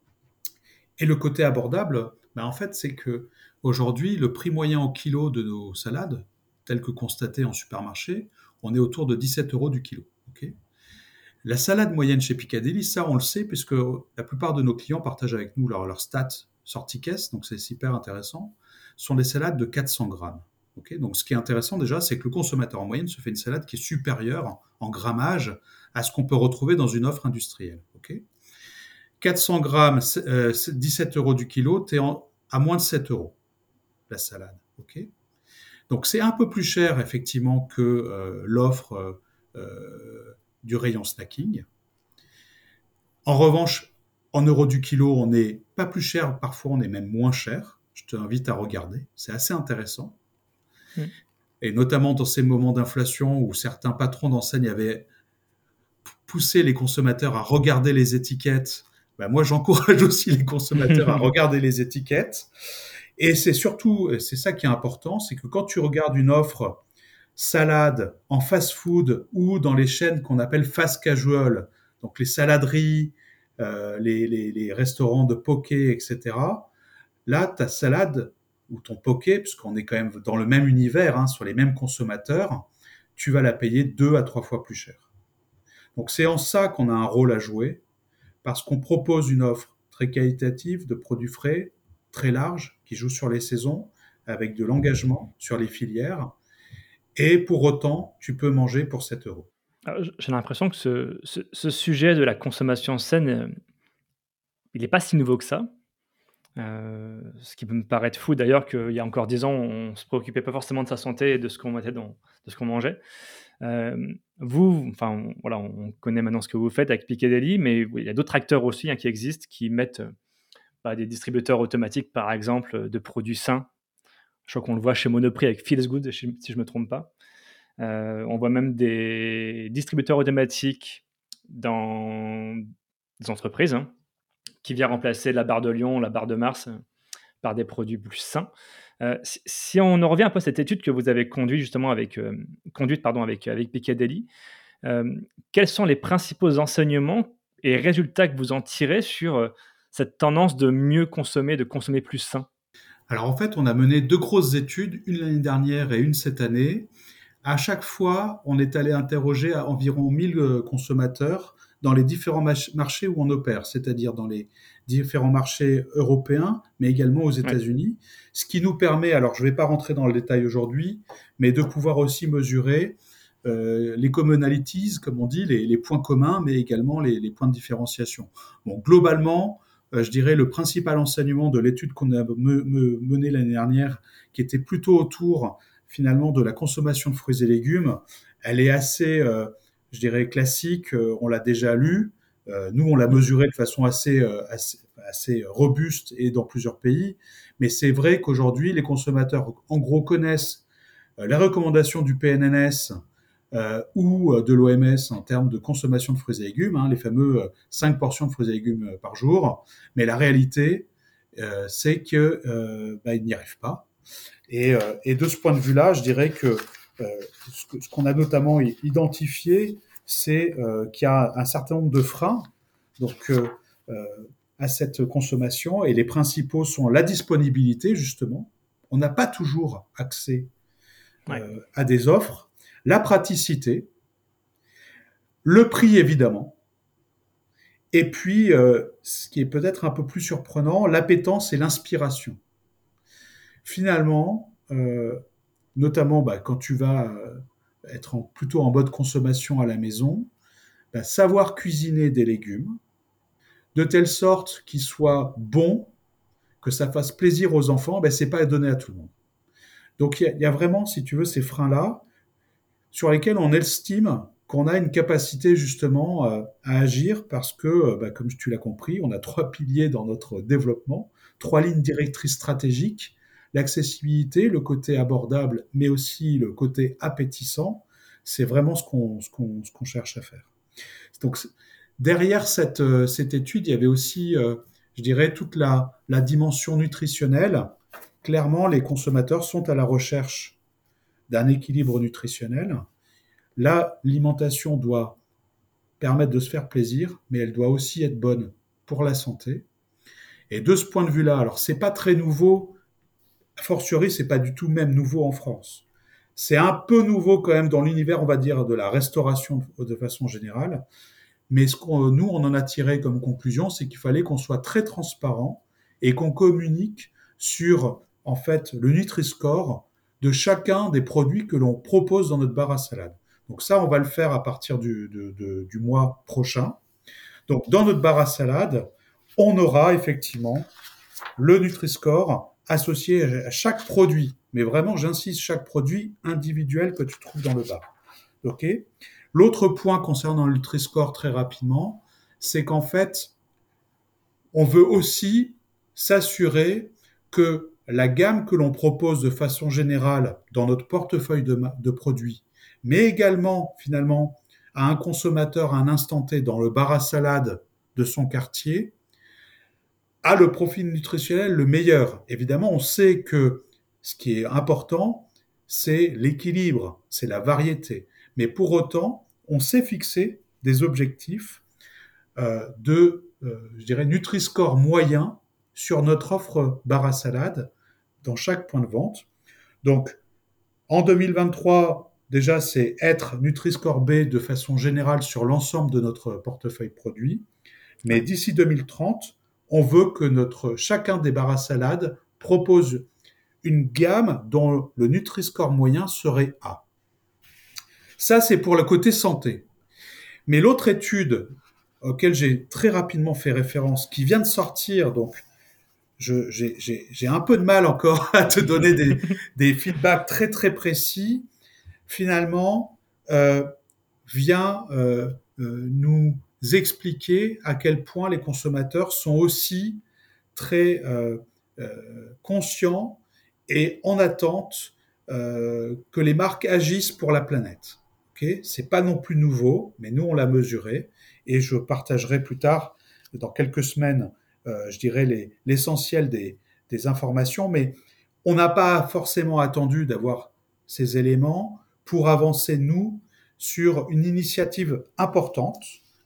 Et le côté abordable, en fait, c'est que aujourd'hui, le prix moyen au kilo de nos salades, tel que constaté en supermarché, on est autour de 17 euros du kilo. Okay, la salade moyenne chez Piccadilly, ça on le sait, puisque la plupart de nos clients partagent avec nous leurs stats sortie caisse, donc c'est super intéressant, sont des salades de 400 grammes. Okay, donc ce qui est intéressant déjà, c'est que le consommateur en moyenne se fait une salade qui est supérieure en grammage à ce qu'on peut retrouver dans une offre industrielle. Okay, 400 grammes, 17 euros du kilo, tu es à moins de 7 euros la salade. Okay, donc c'est un peu plus cher effectivement que l'offre du rayon snacking. En revanche, en euros du kilo, on n'est pas plus cher, parfois on est même moins cher. Je t'invite à regarder, c'est assez intéressant. Et notamment dans ces moments d'inflation où certains patrons d'enseignes avaient poussé les consommateurs à regarder les étiquettes, moi j'encourage aussi les consommateurs à regarder les étiquettes. Et c'est surtout, c'est ça qui est important, c'est que quand tu regardes une offre salade en fast-food ou dans les chaînes qu'on appelle fast casual, donc les saladeries, les restaurants de poké, etc. Là, ta salade ou ton poké, puisqu'on est quand même dans le même univers, sur les mêmes consommateurs, tu vas la payer 2 à 3 fois plus cher. Donc c'est en ça qu'on a un rôle à jouer, parce qu'on propose une offre très qualitative de produits frais, très large, qui joue sur les saisons, avec de l'engagement sur les filières, et pour autant, tu peux manger pour 7 euros. Alors, j'ai l'impression que ce sujet de la consommation saine, il n'est pas si nouveau que ça. Ce qui peut me paraître fou d'ailleurs qu'il y a encore 10 ans, on se préoccupait pas forcément de sa santé et de ce qu'on mettait de ce qu'on mangeait. Enfin voilà, on connaît maintenant ce que vous faites avec Piccadilly, mais il y a d'autres acteurs aussi, qui existent, qui mettent, des distributeurs automatiques, par exemple, de produits sains. Je crois qu'on le voit chez Monoprix avec Feels Good, si je me trompe pas. On voit même des distributeurs automatiques dans des entreprises, qui vient remplacer la barre de Lyon, la barre de Mars, par des produits plus sains. Si on en revient un peu à cette étude que vous avez conduite justement avec Piccadilly, quels sont les principaux enseignements et résultats que vous en tirez sur cette tendance de mieux consommer, de consommer plus sain? Alors en fait, on a mené 2 grosses études, une l'année dernière et une cette année. À chaque fois, on est allé interroger à environ 1000 consommateurs dans les différents marchés où on opère, c'est-à-dire dans les différents marchés européens, mais également aux États-Unis. Ouais. Ce qui nous permet, alors je ne vais pas rentrer dans le détail aujourd'hui, mais de pouvoir aussi mesurer les commonalities, comme on dit, les points communs, mais également les points de différenciation. Bon, globalement, je dirais le principal enseignement de l'étude qu'on a menée l'année dernière, qui était plutôt autour finalement de la consommation de fruits et légumes, elle est assez, je dirais, classique, on l'a déjà lu, nous on l'a mesuré de façon assez robuste et dans plusieurs pays, mais c'est vrai qu'aujourd'hui les consommateurs en gros connaissent les recommandations du PNNS ou de l'OMS en termes de consommation de fruits et légumes, les fameux 5 portions de fruits et légumes par jour, mais la réalité c'est qu'ils n'y arrivent pas. Et de ce point de vue-là, je dirais que ce qu'on a notamment identifié, c'est qu'il y a un certain nombre de freins donc, à cette consommation. Et les principaux sont la disponibilité, justement. On n'a pas toujours accès à des offres. La praticité. Le prix, évidemment. Et puis, ce qui est peut-être un peu plus surprenant, l'appétence et l'inspiration. Finalement, notamment quand tu vas être plutôt en mode consommation à la maison, savoir cuisiner des légumes de telle sorte qu'ils soient bons, que ça fasse plaisir aux enfants, c'est pas donné à tout le monde. Donc il y a vraiment, si tu veux, ces freins-là sur lesquels on estime qu'on a une capacité justement à agir parce que, comme tu l'as compris, on a 3 piliers dans notre développement, 3 lignes directrices stratégiques, l'accessibilité, le côté abordable, mais aussi le côté appétissant. C'est vraiment ce qu'on cherche à faire. Donc, derrière cette étude, il y avait aussi, je dirais, toute la dimension nutritionnelle. Clairement, les consommateurs sont à la recherche d'un équilibre nutritionnel. L'alimentation doit permettre de se faire plaisir, mais elle doit aussi être bonne pour la santé. Et de ce point de vue-là, alors c'est pas très nouveau, a fortiori, c'est pas du tout même nouveau en France. C'est un peu nouveau quand même dans l'univers, on va dire, de la restauration de façon générale. Mais nous, on en a tiré comme conclusion, c'est qu'il fallait qu'on soit très transparent et qu'on communique sur, en fait, le Nutri-Score de chacun des produits que l'on propose dans notre bar à salade. Donc ça, on va le faire à partir du mois prochain. Donc dans notre bar à salade, on aura effectivement le Nutri-Score associé à chaque produit. Mais vraiment, j'insiste, chaque produit individuel que tu trouves dans le bar. OK ? L'autre point concernant le Nutri-Score très rapidement, c'est qu'en fait, on veut aussi s'assurer que la gamme que l'on propose de façon générale dans notre portefeuille de produits, mais également finalement à un consommateur à un instant T dans le bar à salade de son quartier, a le profil nutritionnel le meilleur. Évidemment, on sait que ce qui est important, c'est l'équilibre, c'est la variété. Mais pour autant, on s'est fixé des objectifs je dirais, Nutri-Score moyen sur notre offre bar à salade dans chaque point de vente. Donc, en 2023, déjà, c'est être Nutri-Score B de façon générale sur l'ensemble de notre portefeuille produit. Mais d'ici 2030, on veut que chacun des bars à salade propose une gamme dont le Nutri-Score moyen serait A. Ça, c'est pour le côté santé. Mais l'autre étude auquel j'ai très rapidement fait référence, qui vient de sortir, donc j'ai un peu de mal encore à te donner des feedbacks très très précis, finalement, vient nous expliquer à quel point les consommateurs sont aussi très conscients et en attente que les marques agissent pour la planète. Okay ? C'est pas non plus nouveau, mais nous on l'a mesuré et je partagerai plus tard, dans quelques semaines, je dirais l'essentiel des informations, mais on n'a pas forcément attendu d'avoir ces éléments pour avancer, nous, sur une initiative importante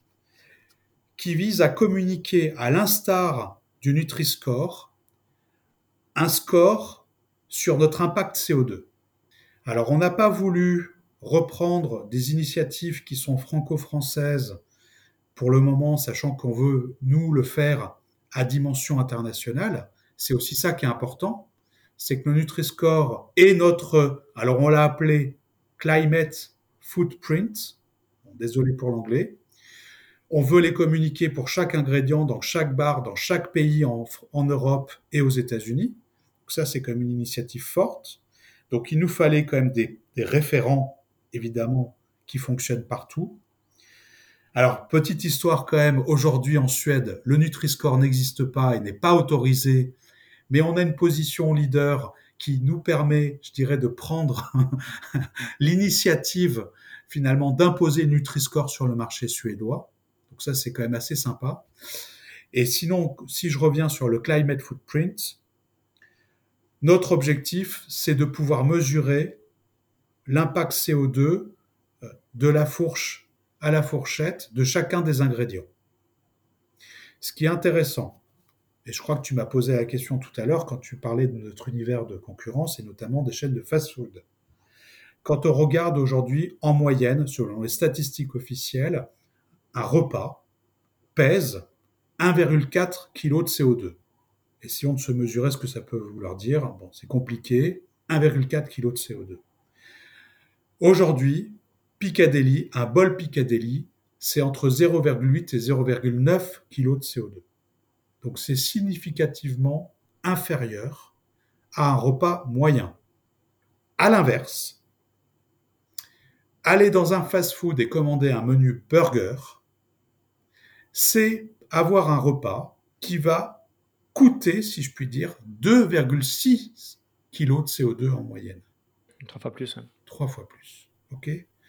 qui vise à communiquer, à l'instar du Nutri-Score, un score sur notre impact CO2. Alors, on n'a pas voulu reprendre des initiatives qui sont franco-françaises pour le moment, sachant qu'on veut, nous, le faire à dimension internationale. C'est aussi ça qui est important, c'est que le Nutri-Score est alors on l'a appelé Climate Footprint, désolé pour l'anglais. On veut les communiquer pour chaque ingrédient dans chaque bar, dans chaque pays en Europe et aux États-Unis. Donc ça, c'est quand même une initiative forte. Donc il nous fallait quand même des référents, évidemment, qui fonctionnent partout. Alors, petite histoire quand même, aujourd'hui en Suède, le Nutri-Score n'existe pas et n'est pas autorisé, mais on a une position leader qui nous permet, je dirais, de prendre l'initiative finalement d'imposer le Nutri-Score sur le marché suédois. Donc ça, c'est quand même assez sympa. Et sinon, si je reviens sur le Climate Footprint, Notre objectif, c'est de pouvoir mesurer l'impact CO2 de la fourche à la fourchette de chacun des ingrédients. Ce qui est intéressant, et je crois que tu m'as posé la question tout à l'heure quand tu parlais de notre univers de concurrence et notamment des chaînes de fast-food. Quand on regarde aujourd'hui, en moyenne, selon les statistiques officielles, un repas pèse 1,4 kg de CO2. Et si on se mesurait ce que ça peut vouloir dire, bon, c'est compliqué, 1,4 kg de CO2. Aujourd'hui, Piccadilly, un bol Piccadilly, c'est entre 0,8 et 0,9 kg de CO2. Donc c'est significativement inférieur à un repas moyen. À l'inverse, aller dans un fast-food et commander un menu burger, c'est avoir un repas qui va coûter, si je puis dire, 2,6 kg de CO2 en moyenne. 3 fois plus. Ouais. 3 fois plus. Ok.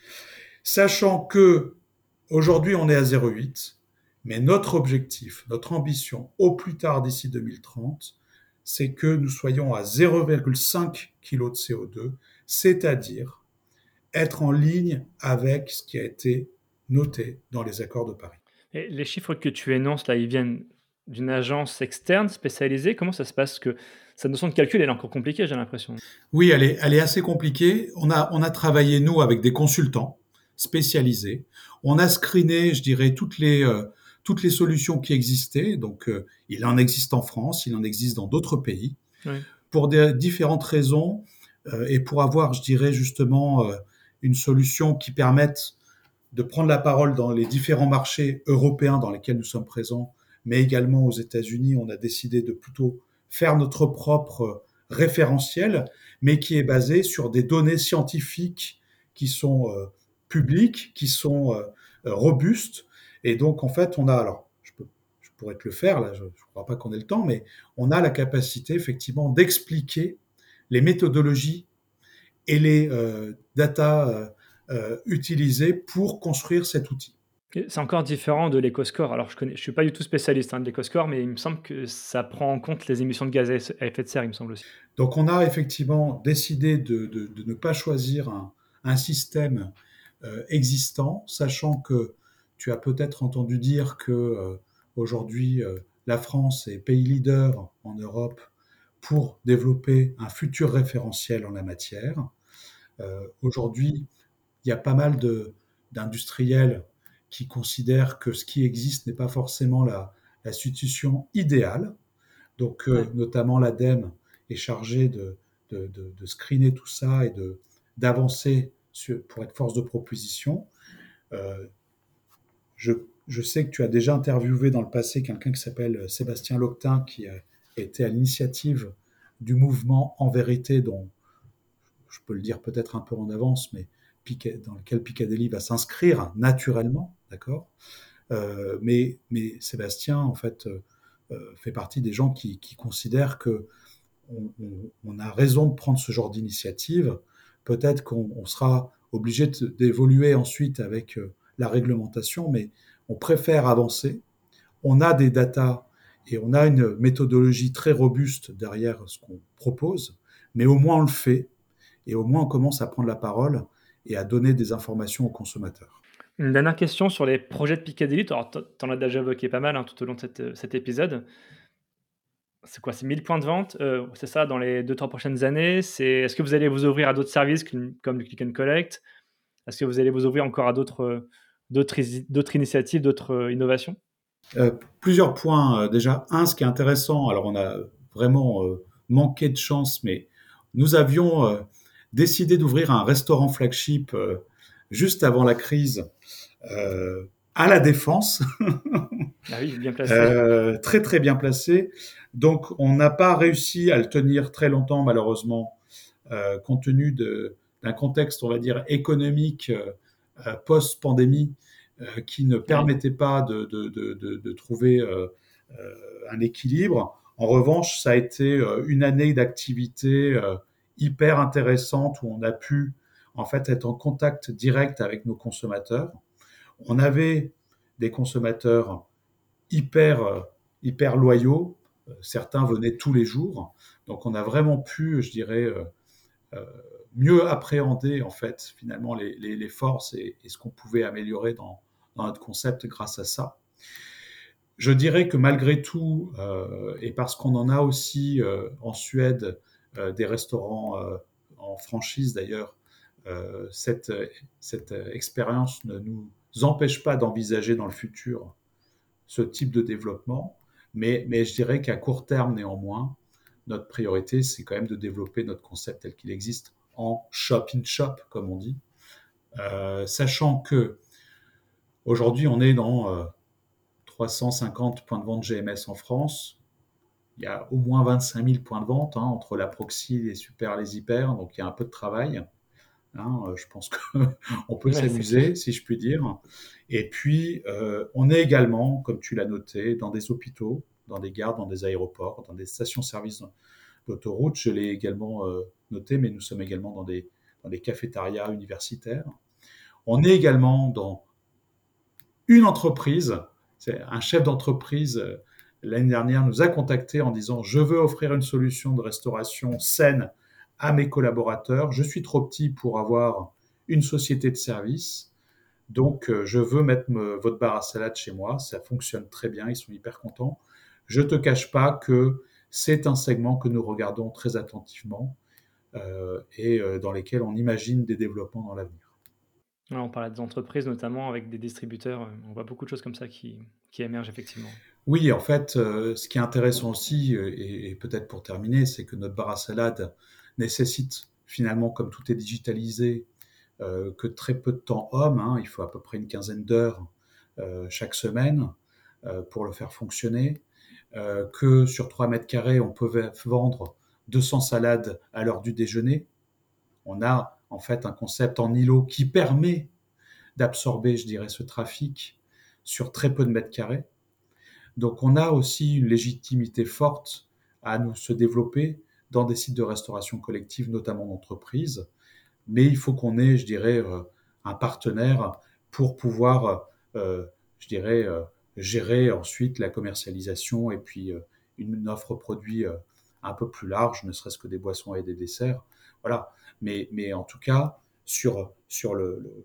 Sachant que aujourd'hui on est à 0,8, mais notre objectif, notre ambition, au plus tard d'ici 2030, c'est que nous soyons à 0,5 kg de CO2, c'est-à-dire être en ligne avec ce qui a été noté dans les accords de Paris. Et les chiffres que tu énonces là, ils viennent d'une agence externe spécialisée? Comment ça se passe? Que cette notion de calcul, elle est encore compliquée, j'ai l'impression. Oui, elle est assez compliquée. On a travaillé, nous, avec des consultants spécialisés. On a screené, je dirais, toutes les solutions qui existaient. Donc, il en existe en France, il en existe dans d'autres pays, Oui. pour différentes raisons et pour avoir, je dirais, justement, une solution qui permette de prendre la parole dans les différents marchés européens dans lesquels nous sommes présents, mais également aux États-Unis. On a décidé de plutôt faire notre propre référentiel, mais qui est basé sur des données scientifiques qui sont publiques, qui sont robustes. Et donc, en fait, on a, alors, je pourrais te le faire, là, je ne crois pas qu'on ait le temps, mais on a la capacité, effectivement, d'expliquer les méthodologies et les data utilisées pour construire cet outil. C'est encore différent de l'éco-score. Alors, je suis pas du tout spécialiste de l'éco-score, mais il me semble que ça prend en compte les émissions de gaz à effet de serre, il me semble aussi. Donc, on a effectivement décidé de ne pas choisir un système existant, sachant que tu as peut-être entendu dire que aujourd'hui, la France est pays leader en Europe pour développer un futur référentiel en la matière. Aujourd'hui, il y a pas mal d'industriels qui considèrent que ce qui existe n'est pas forcément la situation idéale. Donc, notamment l'ADEME est chargée de screener tout ça et d'avancer pour être force de proposition. Je sais que tu as déjà interviewé dans le passé quelqu'un qui s'appelle Sébastien Loctin, qui a été à l'initiative du mouvement En Vérité, dont je peux le dire peut-être un peu en avance, mais dans lequel Piccadilly va s'inscrire naturellement, d'accord. Mais Sébastien, en fait, fait partie des gens qui considèrent que on a raison de prendre ce genre d'initiative. Peut-être qu'on sera obligé d'évoluer ensuite avec la réglementation, mais on préfère avancer. On a des datas et on a une méthodologie très robuste derrière ce qu'on propose, mais au moins on le fait et au moins on commence à prendre la parole et à donner des informations aux consommateurs. Une dernière question sur les projets de Piccadilly. Tu en as déjà évoqué pas mal tout au long de cet épisode. C'est quoi? C'est 1000 points de vente, c'est ça dans les 2-3 prochaines années? Est-ce que vous allez vous ouvrir à d'autres services comme le click and collect? Est-ce que vous allez vous ouvrir encore à d'autres initiatives, d'autres innovations? Plusieurs points. Déjà, ce qui est intéressant, alors on a vraiment manqué de chance, mais nous avions décidé d'ouvrir un restaurant flagship juste avant la crise à La Défense. Ah oui, bien placé. Très très bien placé. Donc on n'a pas réussi à le tenir très longtemps malheureusement, compte tenu d'un contexte, on va dire, économique post-pandémie qui ne permettait pas de trouver un équilibre. En revanche, ça a été une année d'activité hyper intéressante où on a pu en fait être en contact direct avec nos consommateurs. On avait des consommateurs hyper loyaux. Certains venaient tous les jours Donc on a vraiment pu, je dirais, mieux appréhender en fait finalement les forces et ce qu'on pouvait améliorer dans notre concept grâce à ça. Je dirais que malgré tout, et parce qu'on en a aussi en Suède des restaurants en franchise d'ailleurs, cette expérience ne nous empêche pas d'envisager dans le futur ce type de développement, mais je dirais qu'à court terme néanmoins, notre priorité c'est quand même de développer notre concept tel qu'il existe en shop-in-shop, comme on dit, sachant que aujourd'hui on est dans 350 points de vente GMS en France. Il y a au moins 25 000 points de vente entre la proxy, les super, les hyper, donc il y a un peu de travail. Je pense qu'on peut s'amuser, si je puis dire. Et puis, on est également, comme tu l'as noté, dans des hôpitaux, dans des gares, dans des aéroports, dans des stations-service d'autoroute. Je l'ai également noté, mais nous sommes également dans des cafétérias universitaires. On est également dans une entreprise. C'est un chef d'entreprise, l'année dernière, nous a contactés en disant « Je veux offrir une solution de restauration saine à mes collaborateurs. Je suis trop petit pour avoir une société de service. Donc, je veux mettre votre bar à salade chez moi. Ça fonctionne très bien. Ils sont hyper contents. Je ne te cache pas que c'est un segment que nous regardons très attentivement et dans lesquels on imagine des développements dans l'avenir. » Ouais, on parlait des entreprises, notamment avec des distributeurs. On voit beaucoup de choses comme ça qui émergent effectivement. Oui, en fait, ce qui est intéressant aussi, et peut-être pour terminer, c'est que notre bar à salade nécessite finalement, comme tout est digitalisé, que très peu de temps homme. Il faut à peu près une quinzaine d'heures chaque semaine pour le faire fonctionner. Que sur 3 mètres carrés, on peut vendre 200 salades à l'heure du déjeuner. On a en fait un concept en îlot qui permet d'absorber, je dirais, ce trafic sur très peu de mètres carrés. Donc on a aussi une légitimité forte à nous se développer dans des sites de restauration collective, notamment d'entreprises. Mais il faut qu'on ait, je dirais, un partenaire pour pouvoir, je dirais, gérer ensuite la commercialisation et puis une offre produit un peu plus large, ne serait-ce que des boissons et des desserts. Voilà. Mais en tout cas, sur le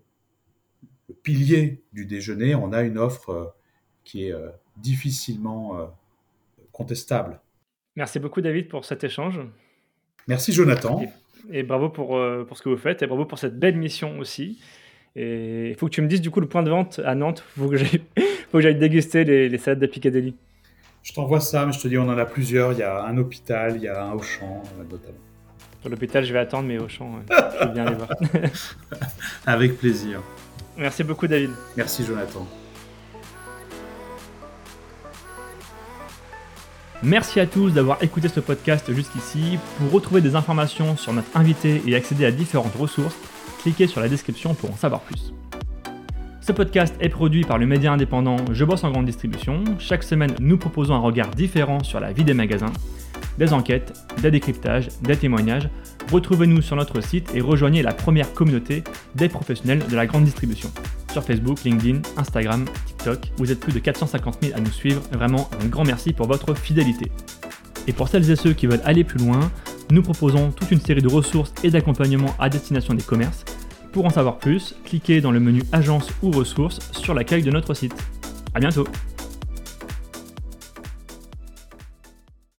pilier du déjeuner, on a une offre qui est difficilement contestable. Merci beaucoup David pour cet échange. Merci Jonathan. Et bravo pour ce que vous faites et bravo pour cette belle mission aussi. Et il faut que tu me dises du coup le point de vente à Nantes. Il faut que j'aille déguster les salades de Piccadilly. Je t'envoie ça, mais je te dis on en a plusieurs. Il y a un hôpital, il y a un Auchan notamment. Sur l'hôpital, je vais attendre, mais Auchan, je vais bien les voir. Avec plaisir. Merci beaucoup David. Merci Jonathan. Merci à tous d'avoir écouté ce podcast jusqu'ici. Pour retrouver des informations sur notre invité et accéder à différentes ressources, cliquez sur la description pour en savoir plus. Ce podcast est produit par le média indépendant Je bosse en grande distribution. Chaque semaine, nous proposons un regard différent sur la vie des magasins, des enquêtes, des décryptages, des témoignages. Retrouvez-nous sur notre site et rejoignez la première communauté des professionnels de la grande distribution. Sur Facebook, LinkedIn, Instagram, TikTok, vous êtes plus de 450 000 à nous suivre. Vraiment, un grand merci pour votre fidélité. Et pour celles et ceux qui veulent aller plus loin, nous proposons toute une série de ressources et d'accompagnements à destination des commerces. Pour en savoir plus, cliquez dans le menu Agence ou ressources sur l'accueil de notre site. À bientôt!